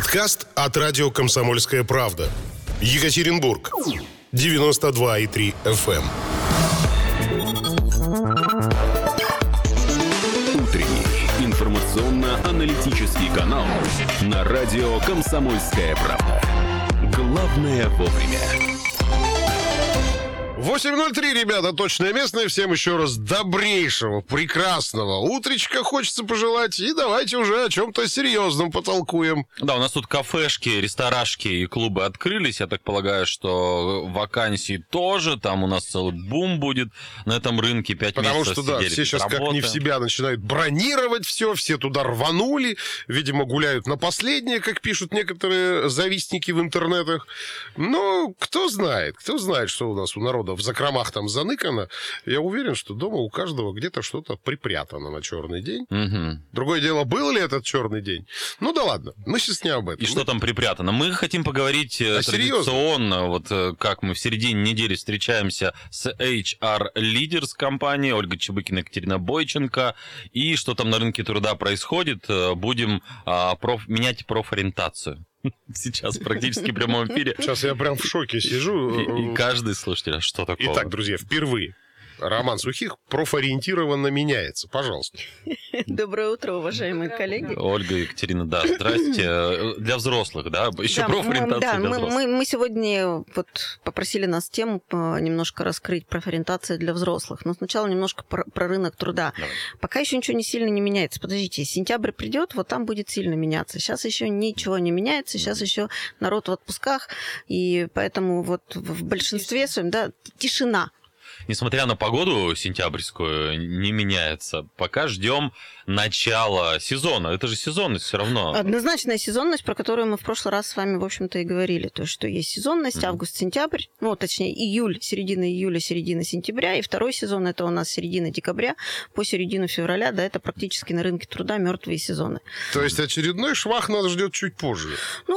Подкаст от радио «Комсомольская правда». Екатеринбург. 92,3 FM. Утренний информационно-аналитический канал на радио «Комсомольская правда». Главное вовремя. 8:03, ребята, точное местное. Всем еще раз добрейшего, прекрасного утречка хочется пожелать. И давайте уже о чем-то серьезном потолкуем. Да, у нас тут кафешки, ресторашки и клубы открылись. Я так полагаю, что вакансий тоже. Там у нас целый бум будет на этом рынке. 5 Потому месяцев что, да, сидели все сейчас без как работы. не в себя начинают бронировать все туда рванули. Видимо, гуляют на последнее, как пишут некоторые завистники в интернетах. Но кто знает, что у нас у народа в закромах там заныкано. Я уверен, что дома у каждого где-то что-то припрятано на черный день. Угу. Другое дело, был ли этот черный день? Ну да ладно, мы сейчас не об этом. И что там припрятано? Мы хотим поговорить традиционно, вот как мы в середине недели встречаемся с HR Leaders компанией, Ольга Чебыкина, Екатерина Бойченко, и что там на рынке труда происходит, будем менять профориентацию. Сейчас практически в прямом эфире. Сейчас я прям в шоке сижу. И каждый слушатель, а что такое? Итак, друзья, впервые Роман Сухих профориентированно меняется. Пожалуйста. Доброе утро, уважаемые коллеги. Ольга, Екатерина, да, здрасте. Для взрослых, да? Еще профориентация для взрослых. Мы сегодня вот попросили нас тему немножко раскрыть профориентация для взрослых. Но сначала немножко про рынок труда. Давай. Пока еще ничего не сильно не меняется. Подождите, сентябрь придет, вот там будет сильно меняться. Сейчас еще ничего не меняется, сейчас еще народ в отпусках, и поэтому вот в большинстве своем, да, тишина. Несмотря на погоду сентябрьскую, не меняется. Пока ждем начала сезона. Это же сезонность все равно. Однозначная сезонность, про которую мы в прошлый раз с вами, в общем-то, и говорили. То есть, что есть сезонность, август-сентябрь, ну, точнее, июль, середина июля, середина сентября, и второй сезон, это у нас середина декабря по середину февраля, да, это практически на рынке труда мертвые сезоны. То есть очередной швах нас ждет чуть позже.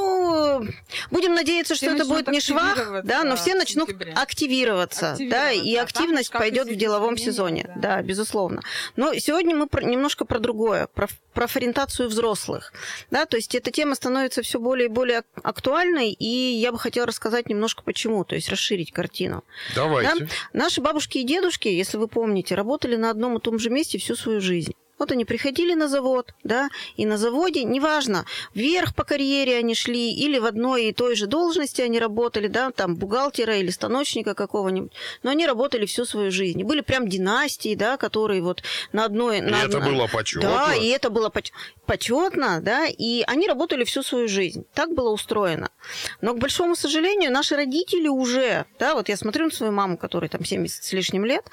Ну, будем надеяться, что это будет не швах, да, но все начнут активироваться, да, и активность пойдет в деловом сезоне, да, безусловно. Но сегодня мы немножко про другое, про профориентацию взрослых, да, то есть эта тема становится все более и более актуальной, и я бы хотела рассказать немножко почему, то есть расширить картину. Давайте. Да? Наши бабушки и дедушки, если вы помните, работали на одном и том же месте всю свою жизнь. Вот они приходили на завод, да, и на заводе, неважно, вверх по карьере они шли, или в одной и той же должности они работали, да, там, бухгалтера или станочника какого-нибудь, но они работали всю свою жизнь. И были прям династии, да, которые вот на одной... Это было почетно. Да, и это было почетно, да, и они работали всю свою жизнь. Так было устроено. Но, к большому сожалению, наши родители уже, да, вот я смотрю на свою маму, которой там 70 с лишним лет,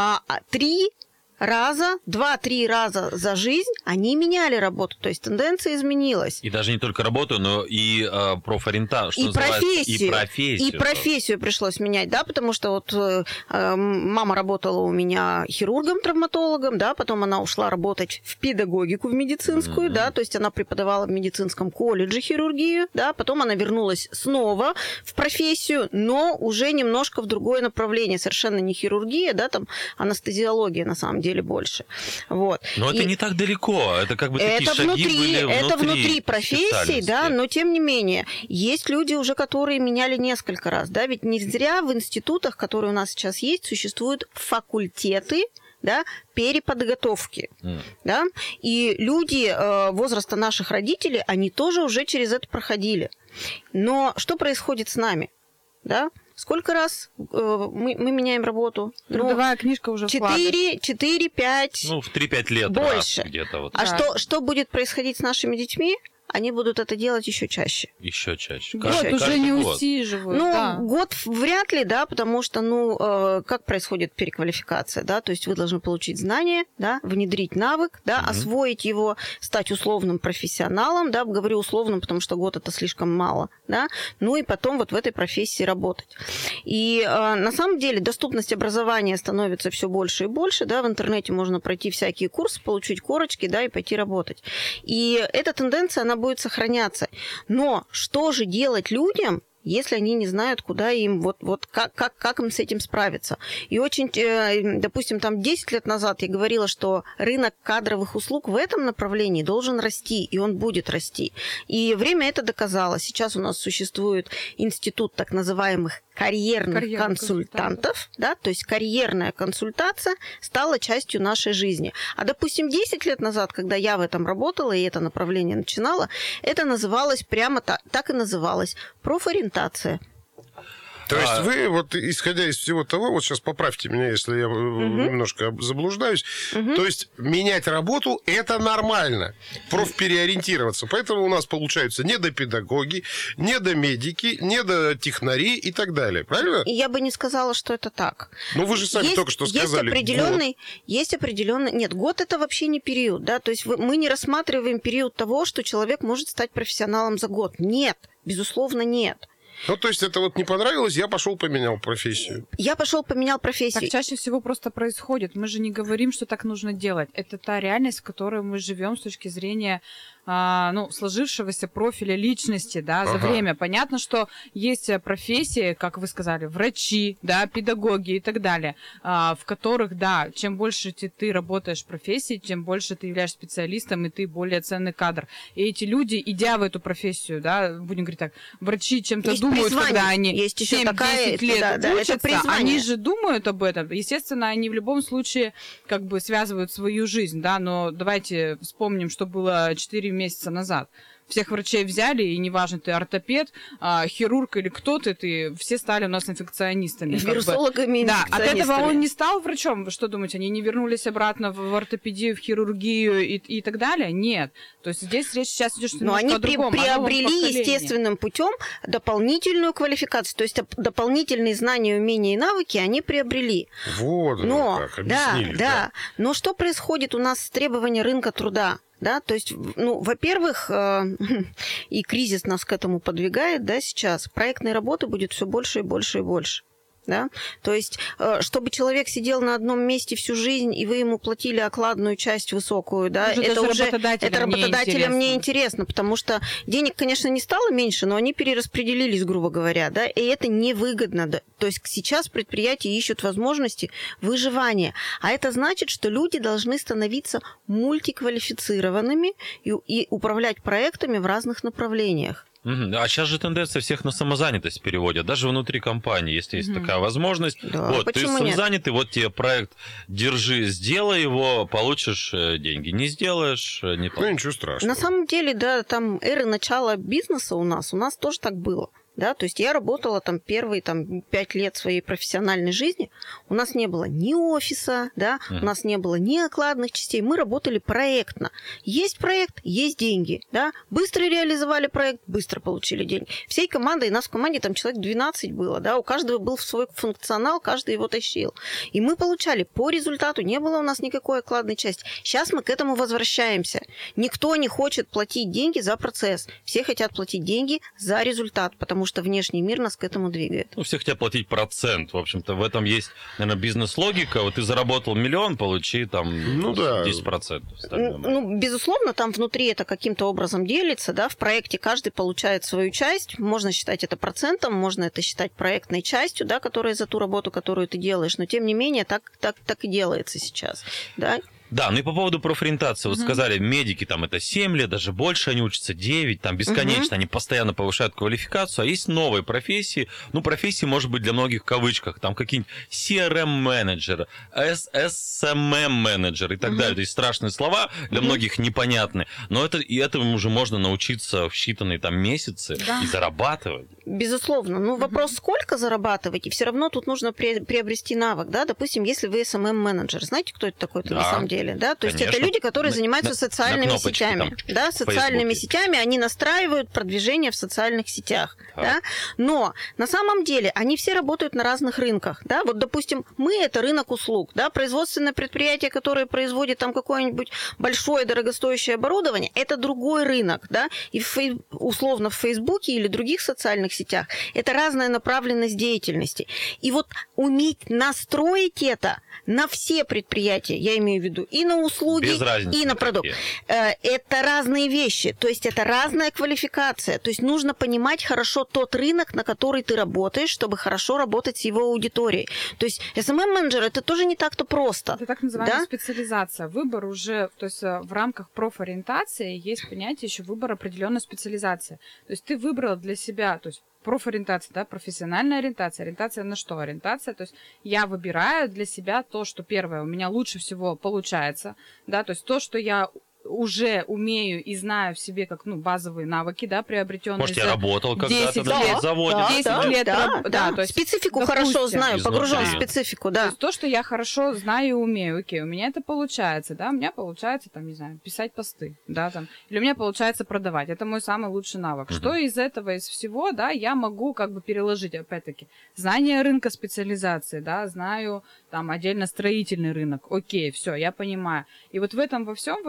2-3 раза за жизнь они меняли работу, то есть тенденция изменилась. И даже не только работу, но и профориентацию, и профессию пришлось менять, да, потому что вот мама работала у меня хирургом-травматологом, да, потом она ушла работать в педагогику, в медицинскую, да, то есть она преподавала в медицинском колледже хирургию, да, потом она вернулась снова в профессию, но уже немножко в другое направление, совершенно не хирургия, да, там анестезиология на самом деле больше. Вот. Но это не так далеко, это как бы такие шаги были внутри. Это внутри профессии, да, но тем не менее, есть люди уже, которые меняли несколько раз, да, ведь не зря в институтах, которые у нас сейчас есть, существуют факультеты, да, переподготовки, да, и люди возраста наших родителей, они тоже уже через это проходили. Но что происходит с нами, да? Сколько раз мы меняем работу? Трудовая книжка уже 4, 5. Ну, в 3-5 лет. Больше. Где-то вот. А что будет происходить с нашими детьми? Они будут это делать еще чаще. Еще чаще. Год уже не усиживают. Ну, да. Год вряд ли, да, потому что, как происходит переквалификация, да, то есть вы должны получить знания, да, внедрить навык, да, освоить его, стать условным профессионалом, да, говорю условным, потому что год это слишком мало, да, ну и потом вот в этой профессии работать. И на самом деле доступность образования становится все больше и больше, да, в интернете можно пройти всякие курсы, получить корочки, да, и пойти работать. И эта тенденция, она будет сохраняться. Но что же делать людям, если они не знают, куда им, как им с этим справиться. И очень, допустим, там 10 лет назад я говорила, что рынок кадровых услуг в этом направлении должен расти, и он будет расти. И время это доказало. Сейчас у нас существует институт так называемых карьерных консультантов, да, то есть карьерная консультация стала частью нашей жизни. А, допустим, 10 лет назад, когда я в этом работала и это направление начинала, это называлось прямо так и называлось – профориентация. То есть вы, вот исходя из всего того, вот сейчас поправьте меня, если я немножко заблуждаюсь, то есть менять работу – это нормально, профпереориентироваться. Поэтому у нас получаются недопедагоги, недомедики, недотехнари и так далее, правильно? Я бы не сказала, что это так. Ну, вы же сами только что сказали, Есть определенный... Нет, год – это вообще не период, да, то есть мы не рассматриваем период того, что человек может стать профессионалом за год. Нет, безусловно, нет. Ну, то есть это вот не понравилось, я пошел поменял профессию. Я пошел поменял профессию. Так чаще всего просто происходит. Мы же не говорим, что так нужно делать. Это та реальность, в которой мы живем с точки зрения сложившегося профиля личности, да, за время. Понятно, что есть профессии, как вы сказали, врачи, да, педагоги и так далее, в которых, да, чем больше ты работаешь в профессии, тем больше ты являешься специалистом, и ты более ценный кадр. И эти люди, идя в эту профессию, да, будем говорить так, врачи чем-то есть думают, призвание. когда они 7-10 лет учатся, они же думают об этом. Естественно, они в любом случае как бы связывают свою жизнь, да, но давайте вспомним, что было 4 месяца назад. Всех врачей взяли, и неважно, ты ортопед, хирург или кто ты, все стали у нас инфекционистами. Вирусологами, да, от этого он не стал врачом. Вы что думаете, они не вернулись обратно в ортопедию, в хирургию и так далее? Нет. То есть здесь речь сейчас идет немножко о другом. Но они приобрели естественным путем дополнительную квалификацию, то есть дополнительные знания, умения и навыки они приобрели. Вот, как объяснили. Да. Но что происходит у нас с требованием рынка труда? Да, то есть, во-первых, и кризис нас к этому подвигает, да, сейчас проектной работы будет все больше и больше и больше. Да? То есть, чтобы человек сидел на одном месте всю жизнь, и вы ему платили окладную часть высокую, да, это работодателям не интересно, потому что денег, конечно, не стало меньше, но они перераспределились, грубо говоря, да, и это невыгодно. Да? То есть сейчас предприятия ищут возможности выживания, а это значит, что люди должны становиться мультиквалифицированными и управлять проектами в разных направлениях. А сейчас же тенденция всех на самозанятость переводят, даже внутри компании, если есть такая возможность. Да, вот, ты самозанятый, вот тебе проект, держи, сделай его, получишь деньги. Не сделаешь, не получишь. Ну, ничего страшного. На самом деле, да, там эры начала бизнеса у нас тоже так было. Да, то есть я работала там первые 5 лет своей профессиональной жизни. У нас не было ни офиса, да, у нас не было ни окладных частей. Мы работали проектно. Есть проект, есть деньги. Да. Быстро реализовали проект, быстро получили деньги. Всей командой, нас в команде там человек 12 было. Да, у каждого был свой функционал, каждый его тащил. И мы получали по результату. Не было у нас никакой окладной части. Сейчас мы к этому возвращаемся. Никто не хочет платить деньги за процесс. Все хотят платить деньги за результат, потому что внешний мир нас к этому двигает. Ну, все хотят платить процент. В общем-то, в этом есть, наверное, бизнес-логика. Вот ты заработал 1 000 000, получи там 10%. Безусловно, там внутри это каким-то образом делится. Да? В проекте каждый получает свою часть. Можно считать это процентом, можно это считать проектной частью, да, которая за ту работу, которую ты делаешь. Но, тем не менее, так и делается сейчас. Да? Да, ну и по поводу профориентации. Вот сказали, медики там это 7 лет, даже больше они учатся, 9, там бесконечно, они постоянно повышают квалификацию, а есть новые профессии, профессии, может быть, для многих в кавычках, там какие-нибудь CRM-менеджер, SSMM-менеджер и так далее. То есть страшные слова, для многих непонятны, но этому уже можно научиться в считанные там месяцы и зарабатывать. Безусловно. Вопрос, сколько зарабатывать, и все равно тут нужно приобрести навык, да, допустим, если вы SMM-менеджер, знаете, кто это такой-то на самом деле? Да? То есть это люди, которые занимаются социальными сетями. Да, социальными сетями, они настраивают продвижение в социальных сетях. Да? Но на самом деле они все работают на разных рынках. Да? Вот, допустим, мы – это рынок услуг. Да? Производственное предприятие, которое производит там какое-нибудь большое дорогостоящее оборудование, это другой рынок. Да? И условно в Фейсбуке или других социальных сетях это разная направленность деятельности. И вот уметь настроить это на все предприятия, я имею в виду и на услуги, без разницы и на продукт. Это разные вещи, то есть это разная квалификация. То есть нужно понимать хорошо тот рынок, на который ты работаешь, чтобы хорошо работать с его аудиторией. То есть SMM-менеджер это тоже не так-то просто. Это так называемая специализация. Выбор уже, то есть в рамках профориентации есть понятие еще выбор определенной специализации. То есть ты выбрал для себя, то есть профориентация, да, профессиональная ориентация. Ориентация на что? Ориентация, то есть я выбираю для себя то, что первое у меня лучше всего получается, да, то есть то, что я уже умею и знаю в себе как, базовые навыки, да, приобретенные. Может, я работал когда-то на заводе. 10 лет, да, то есть специфику хорошо знаю, погружен в специфику, да. То есть то, что я хорошо знаю и умею, окей, у меня это получается, да, у меня получается, там, не знаю, писать посты, да, там, или у меня получается продавать, это мой самый лучший навык. Что из этого, из всего, да, я могу как бы переложить, опять-таки, знание рынка специализации, да, знаю, там, отдельно строительный рынок, окей, все, я понимаю. И вот в этом во всем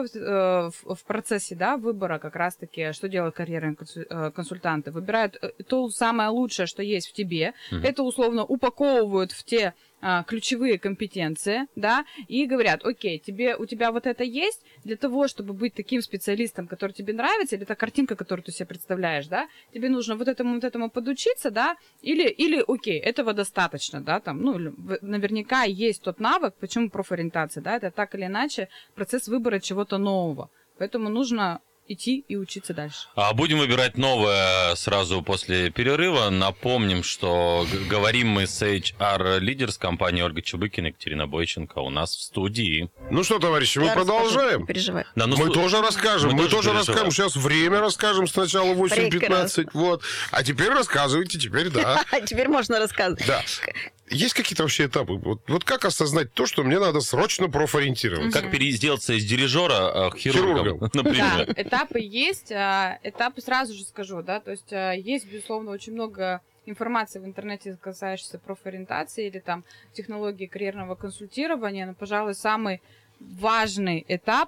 в процессе, да, выбора как раз-таки, что делают карьерные консультанты, выбирают то самое лучшее, что есть в тебе, это условно упаковывают в те ключевые компетенции, да, и говорят, окей, у тебя вот это есть, для того, чтобы быть таким специалистом, который тебе нравится, или та картинка, которую ты себе представляешь, да, тебе нужно вот этому подучиться, да, или окей, этого достаточно, да, там, наверняка есть тот навык, почему профориентация, да, это так или иначе процесс выбора чего-то нового, поэтому нужно идти и учиться дальше. Будем выбирать новое сразу после перерыва. Напомним, что говорим мы с HR-лидер с компании Ольга Чубыкина, Екатерина Бойченко у нас в студии. Ну что, товарищи, мы продолжаем. Да, мы тоже расскажем. Мы тоже расскажем. Сейчас время расскажем сначала 8:15. Вот. А теперь рассказывайте, теперь да. Теперь можно рассказывать. Да. Есть какие-то вообще этапы? Вот как осознать то, что мне надо срочно профориентироваться? Как сделаться из дирижера к хирургам, например? Да, этапы есть. Этапы сразу же скажу, да, то есть есть, безусловно, очень много информации в интернете, касающейся профориентации или там технологии карьерного консультирования, но, пожалуй, самый важный этап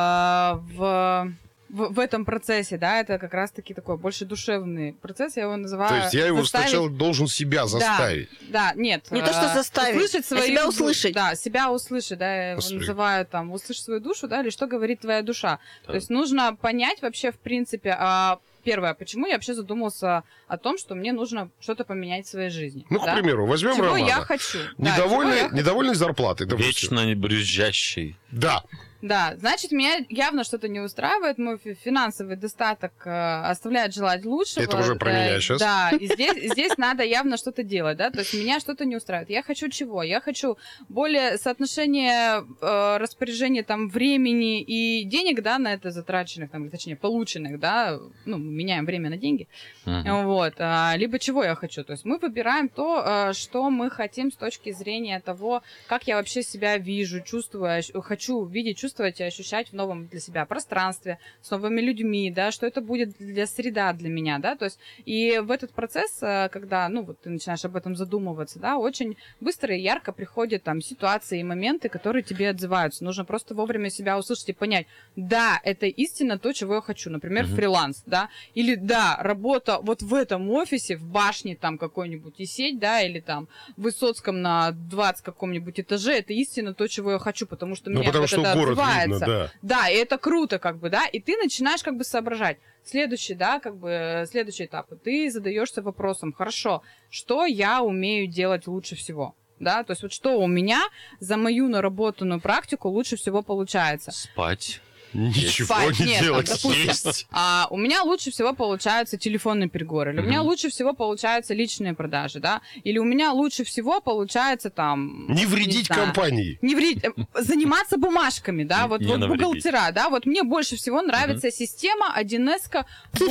в этом процессе, да, это как раз-таки такой больше душевный процесс, я его называю... То есть я его сначала должен себя заставить? Да, нет. Не то, что заставить, услышать свою, себя услышать. Да, себя услышать, да, я его называю там, услышать свою душу, да, или что говорит твоя душа. То есть нужно понять вообще, в принципе, первое, почему я вообще задумался о том, что мне нужно что-то поменять в своей жизни. Ну, к примеру, возьмем Романа. Чего я хочу. Недовольный зарплатой. Вечно брюзжащий. Да. Да, значит, меня явно что-то не устраивает, мой финансовый достаток оставляет желать лучшего. Это уже про меня сейчас. Да, и здесь надо явно что-то делать, да, то есть меня что-то не устраивает. Я хочу чего? Я хочу более соотношение распоряжения там времени и денег, да, на это затраченных, там, точнее, полученных, да, меняем время на деньги, вот, либо чего я хочу. То есть мы выбираем то, что мы хотим с точки зрения того, как я вообще себя вижу, чувствую, хочу видеть, чувствовать и ощущать в новом для себя пространстве, с новыми людьми, да, что это будет для среда для меня, да, то есть и в этот процесс, когда, ты начинаешь об этом задумываться, да, очень быстро и ярко приходят там ситуации и моменты, которые тебе отзываются. Нужно просто вовремя себя услышать и понять, да, это истинно то, чего я хочу, например, фриланс, да, или да, работа вот в этом офисе, в башне там какой-нибудь и сеть, да, или там в Высоцком на 20 каком-нибудь этаже, это истинно то, чего я хочу, потому что мне потому что это город отзывается. Видно, да, и это круто, как бы, да, и ты начинаешь как бы соображать. Следующий этап. Ты задаешься вопросом, хорошо, что я умею делать лучше всего? Да, то есть вот что у меня за мою наработанную практику лучше всего получается? Спать. Ничего не делать, есть. У меня лучше всего получаются телефонные переговоры, или у меня лучше всего получаются личные продажи, да, или у меня лучше всего получается там... Не вредить компании. Не вредить, заниматься бумажками, да, вот бухгалтера, да, вот мне больше всего нравится система 1С,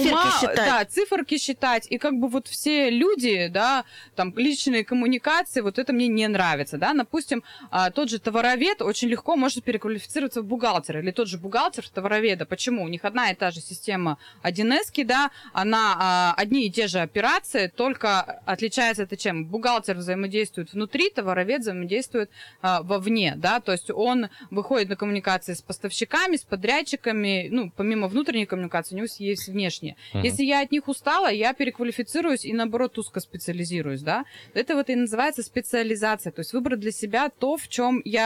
циферки считать, и как бы вот все люди, да, там личные коммуникации, вот это мне не нравится, да, допустим, тот же товаровед очень легко может переквалифицироваться в бухгалтера, или тот же бухгалтер в товароведа. Почему? У них одна и та же система 1С, да, она одни и те же операции, только отличается это чем? Бухгалтер взаимодействует внутри, товаровед взаимодействует вовне, да, то есть он выходит на коммуникации с поставщиками, с подрядчиками, помимо внутренней коммуникации, у него есть внешние. Если я от них устала, я переквалифицируюсь и, наоборот, узкоспециализируюсь, да. Это вот и называется специализация, то есть выбрать для себя то, в чем я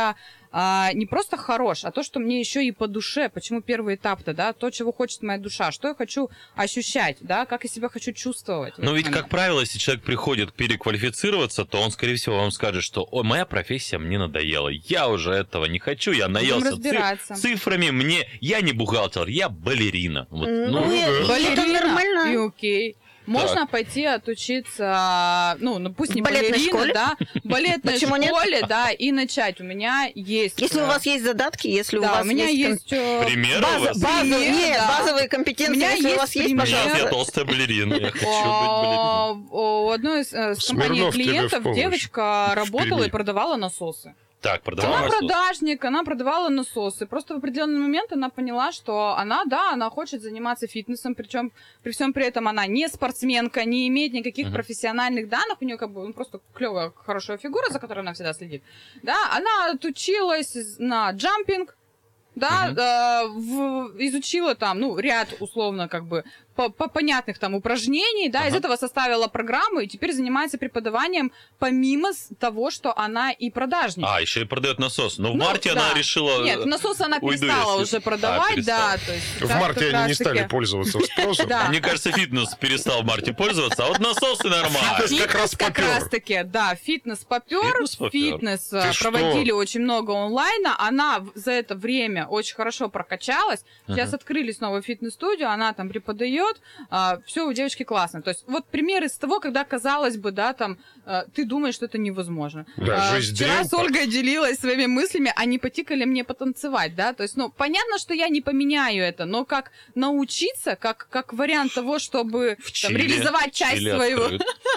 не просто хорош, а то, что мне еще и по душе. Почему первый этап-то, да, то, чего хочет моя душа, что я хочу ощущать, да, как я себя хочу чувствовать. Но ведь, как правило, если человек приходит переквалифицироваться, то он, скорее всего, вам скажет, что моя профессия мне надоела, я уже этого не хочу, я наелся цифрами, я не бухгалтер, я балерина. Вот, балерина, нормально. И окей. Можно пойти отучиться, пусть не балерина, да, в балетной школе, да, и начать. У меня есть... Если у вас есть задатки, если у вас у меня есть... Примеры у вас? Базовые компетенции, если у вас есть, пожалуйста. Я толстая балерина, я хочу быть балериной. У одной из компаний клиентов девочка работала и продавала насосы. Так, продавала насосы. Она продажник, она продавала насосы. Просто в определенный момент она поняла, что она хочет заниматься фитнесом, причем при всем при этом она не спортсменка, не имеет никаких профессиональных данных, у нее просто клевая, хорошая фигура, за которой она всегда следит. Да, она отучилась на джампинг, да, изучила там, ряд условно по понятных там упражнений, да, из этого составила программу и теперь занимается преподаванием помимо того, что она и продажник. Еще и продает насос. Но в марте она решила... Нет, насос она перестала уже продавать, да. То есть, в марте они не стали пользоваться спросом. Мне кажется, фитнес перестал в марте пользоваться, а вот насосы нормально. Фитнес как раз-таки, да, фитнес попер, фитнес проводили очень много онлайна, она за это время очень хорошо прокачалась, сейчас открыли снова фитнес-студию, она там преподает, все у девочки классно. То есть вот пример из того, когда, казалось бы, да, там, ты думаешь, что это невозможно. Да, вчера с Ольгой делилась своими мыслями, они потикали мне потанцевать, да, то есть, понятно, что я не поменяю это, но как научиться, как вариант того, чтобы реализовать часть своего...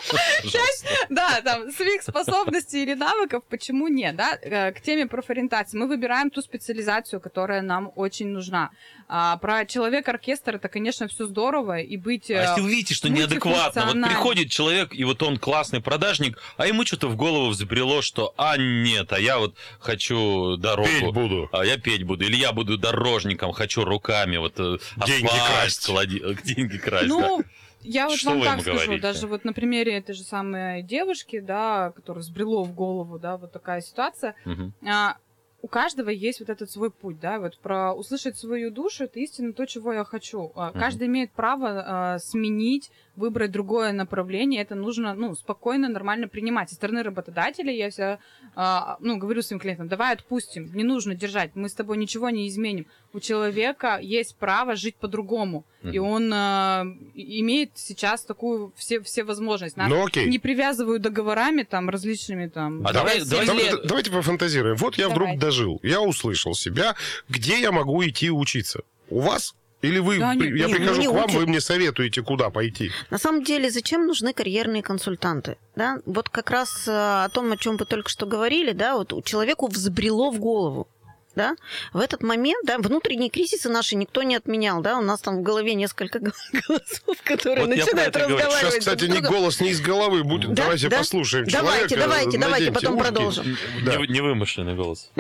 Да, там, своих способностей или навыков, почему нет, да? К теме профориентации мы выбираем ту специализацию, которая нам очень нужна. Про человек-оркестр это, конечно, все здорово, и быть... А если вы видите, что неадекватно, вот приходит человек, и вот он классный продажник, а ему что-то в голову взбрело, что, нет, а я вот хочу дорогу. Петь буду. Я петь буду, или я буду дорожником, хочу руками, вот деньги красть. Деньги красть, да. Я вот что вам так скажу, говорите? даже вот на примере этой же самой девушки, да, которая взбрело в голову, да, вот такая ситуация, у каждого есть вот этот свой путь, да, вот про услышать свою душу, это истинно то, чего я хочу. Каждый имеет право сменить, выбрать другое направление, это нужно, спокойно, нормально принимать. Со стороны работодателя я вся, говорю своим клиентам, давай отпустим, не нужно держать, мы с тобой ничего не изменим. У человека есть право жить по-другому, и он имеет сейчас такую все возможности. Нас не привязывают договорами там различными там. Давайте пофантазируем. Вот я вдруг дожил, я услышал себя, где я могу идти учиться? У вас? Или я прихожу к вам, вы мне советуете, куда пойти? На самом деле, зачем нужны карьерные консультанты? Да? Вот как раз о том, о чем вы только что говорили, да, вот человеку взбрело в голову. Да? В этот момент, да, внутренние кризисы наши никто не отменял, да, у нас там в голове несколько голосов, которые начинают разговаривать. Сейчас, кстати, голос не из головы будет, давайте послушаем человека. Давайте, потом продолжим. Невымышленный голос.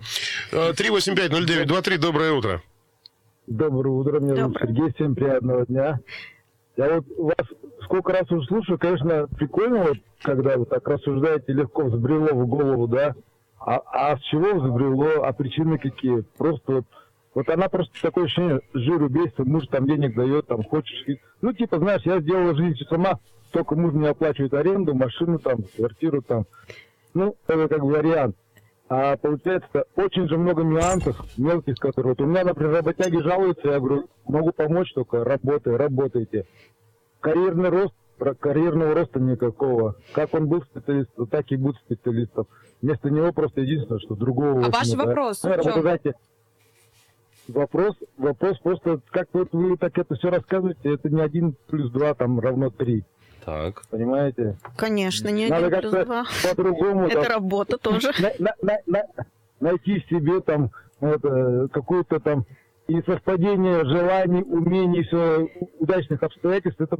3850923, доброе утро. Доброе утро, меня зовут Сергей, всем приятного дня. Я вот вас сколько раз уже слушаю, конечно, прикольно, вот, когда вы так рассуждаете, легко взбрело в голову, да, а с чего взбрело, а причины какие? Просто вот она просто такое ощущение, жиру бесится, муж там денег дает, там хочешь, знаешь, я сделала жизнь сама, только муж мне оплачивает аренду, машину там, квартиру там, это как вариант. А получается, очень же много нюансов мелких, которые... Вот у меня, например, работяги жалуются, я говорю, могу помочь, только работайте. Карьерный рост, карьерного роста никакого. Как он был специалистом, так и будет специалистом. Вместо него просто единственное, что другого... А ваш вопрос в чем? Вопрос просто, как вот вы так это все рассказываете, это не 1 + 2 там равно 3. Так. Понимаете? Конечно, не 1 + 2. По-другому. Это работа тоже. Найти в себе там какое-то там и совпадение желаний, умений, все, удачных обстоятельств. Это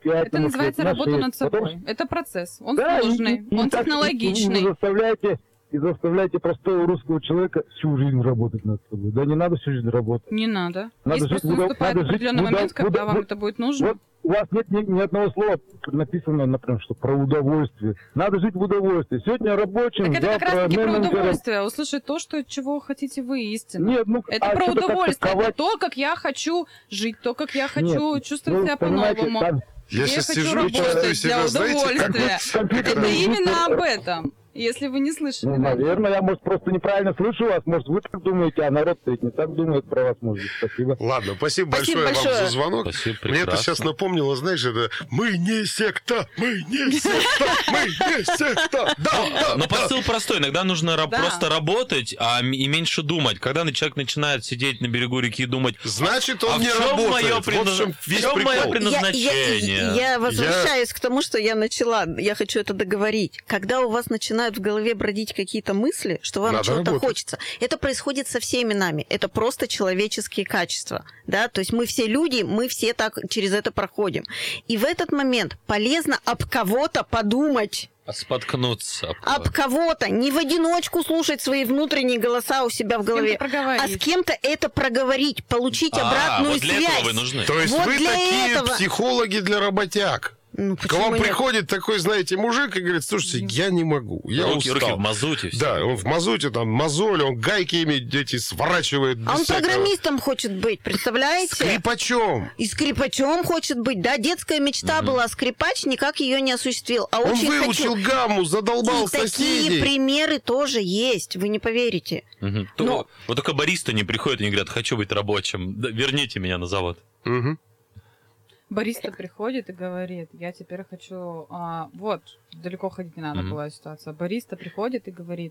называется работа над собой. Это процесс. Он сложный, он технологичный. И и заставляете простого русского человека всю жизнь работать над собой. Да не надо всю жизнь работать. Не надо. Надо Есть просто наступает определенный момент, когда вам это будет нужно. Вот у вас нет ни одного слова написано, например, что про удовольствие. Надо жить в удовольствии. Сегодня рабочим, так это завтра как раз таки про менеджером. удовольствие. Услышать то, чего хотите вы истинно. Нет, ну, это про удовольствие. Это то, как я хочу жить, то, как я хочу чувствовать себя по-новому. Я сейчас хочу сижу, работать чувствую себя, для знаете, удовольствия. Это именно об этом. Если вы не слышали. Ну, наверное, я, может, просто неправильно слышу вас. Может, вы так думаете, а народ-то ведь не так думает про вас, может. Спасибо. Ладно, спасибо большое вам за звонок. Спасибо, мне это сейчас напомнило, знаешь, это «Мы не секта, мы не секта, мы не секта». Да, но посыл простой. Иногда нужно просто работать и меньше думать. Когда человек начинает сидеть на берегу реки и думать, значит, он не работает. В чем мое предназначение? Я возвращаюсь к тому, что я начала. Я хочу это договорить. Когда у вас начинают в голове бродить какие-то мысли, что вам чего-то хочется. Это происходит со всеми нами. Это просто человеческие качества. Да? То есть мы все люди, мы все так через это проходим. И в этот момент полезно об кого-то подумать. Споткнуться. Об кого-то. Не в одиночку слушать свои внутренние голоса у себя в голове, а с кем-то это проговорить, получить обратную связь. Для этого вы нужны. То есть вы такие психологи для работяг. К вам приходит такой, знаете, мужик и говорит: слушайте, я не могу, я устал. Руки в мазуте. Да, он в мазуте, там, мозоль, он гайки эти сворачивает. А он программистом хочет быть, представляете? Скрипачом. И скрипачом хочет быть, да. Детская мечта была, скрипач никак ее не осуществил. А он выучил гамму, задолбал соседей. Такие примеры тоже есть, вы не поверите. Вот только бариста не приходит и не говорят: хочу быть рабочим, верните меня на завод. Бариста приходит и говорит: я теперь хочу... вот, далеко ходить не надо, была ситуация. Бариста приходит и говорит: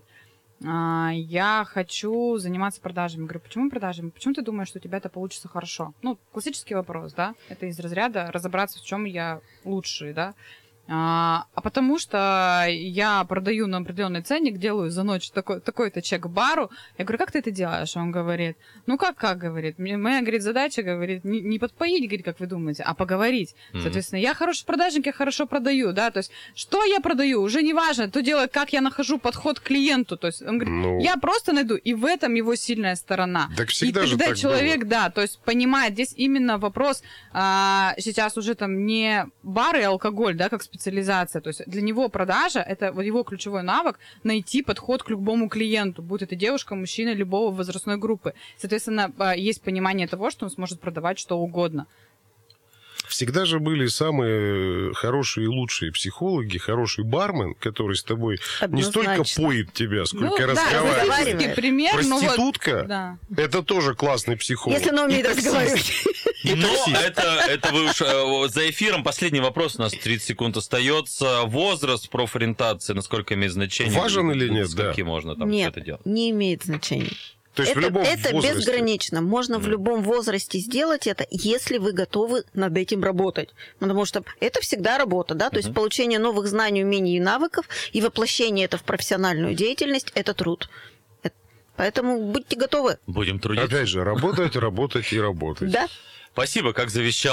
я хочу заниматься продажами. Я говорю: почему продажами? Почему ты думаешь, что у тебя это получится хорошо? Ну, классический вопрос, да? Это из разряда разобраться, в чем я лучший, да? А потому что я продаю на определенный ценник, делаю за ночь такой-то чек бару. Я говорю: как ты это делаешь? Он говорит: ну как говорит. Моя, говорит, задача, говорит, не подпоить, говорит, как вы думаете, а поговорить. Соответственно, я хороший продажник, я хорошо продаю, да, то есть, что я продаю, уже не важно, то дело, как я нахожу подход к клиенту, то есть, он говорит, я просто найду, и в этом его сильная сторона. Так всегда и тогда же так человек, было. да, то есть, понимает, здесь именно вопрос, сейчас уже там не бар и алкоголь, да, как специализация. То есть для него продажа — это вот его ключевой навык — найти подход к любому клиенту, будь это девушка, мужчина, любого возрастной группы. Соответственно, есть понимание того, что он сможет продавать что угодно. Всегда же были самые хорошие и лучшие психологи, хороший бармен, который с тобой не столько поет тебя, сколько разговаривает. Пример, проститутка — это тоже классный психолог. Если она умеет разговаривать. Но это вы уж за эфиром. Последний вопрос, у нас 30 секунд остается. Возраст, профориентация, насколько имеет значение? Важен или нет? Скольки можно там это делать? Нет, не имеет значения. То есть это безгранично. Можно в любом возрасте сделать это, если вы готовы над этим работать. Потому что это всегда работа, да? То есть получение новых знаний, умений и навыков и воплощение это в профессиональную деятельность – это труд. Поэтому будьте готовы. Будем трудиться. Опять же, работать, работать и работать. Да. Спасибо, как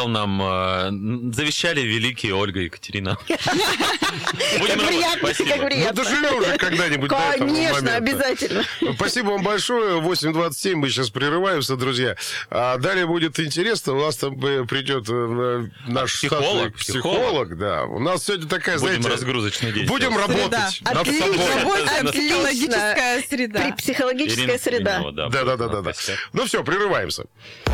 завещали великие Ольга и Екатерина. Спасибо. Ну, доживем же когда-нибудь до этого момента. Конечно, обязательно. Спасибо вам большое. 8:27, мы сейчас прерываемся, друзья. А далее будет интересно. У нас там придет наш психолог. Да. У нас сегодня такая, знаете... Будем разгрузочный день. Будем работать над собой. Психологическая среда. Психологическая среда. Да. Ну все, прерываемся.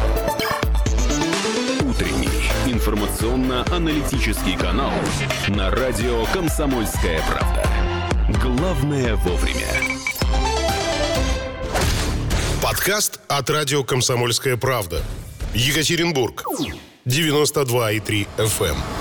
Утренний информационно-аналитический канал на радио «Комсомольская правда». Главное вовремя. Подкаст от радио «Комсомольская правда». Екатеринбург. 92,3 FM.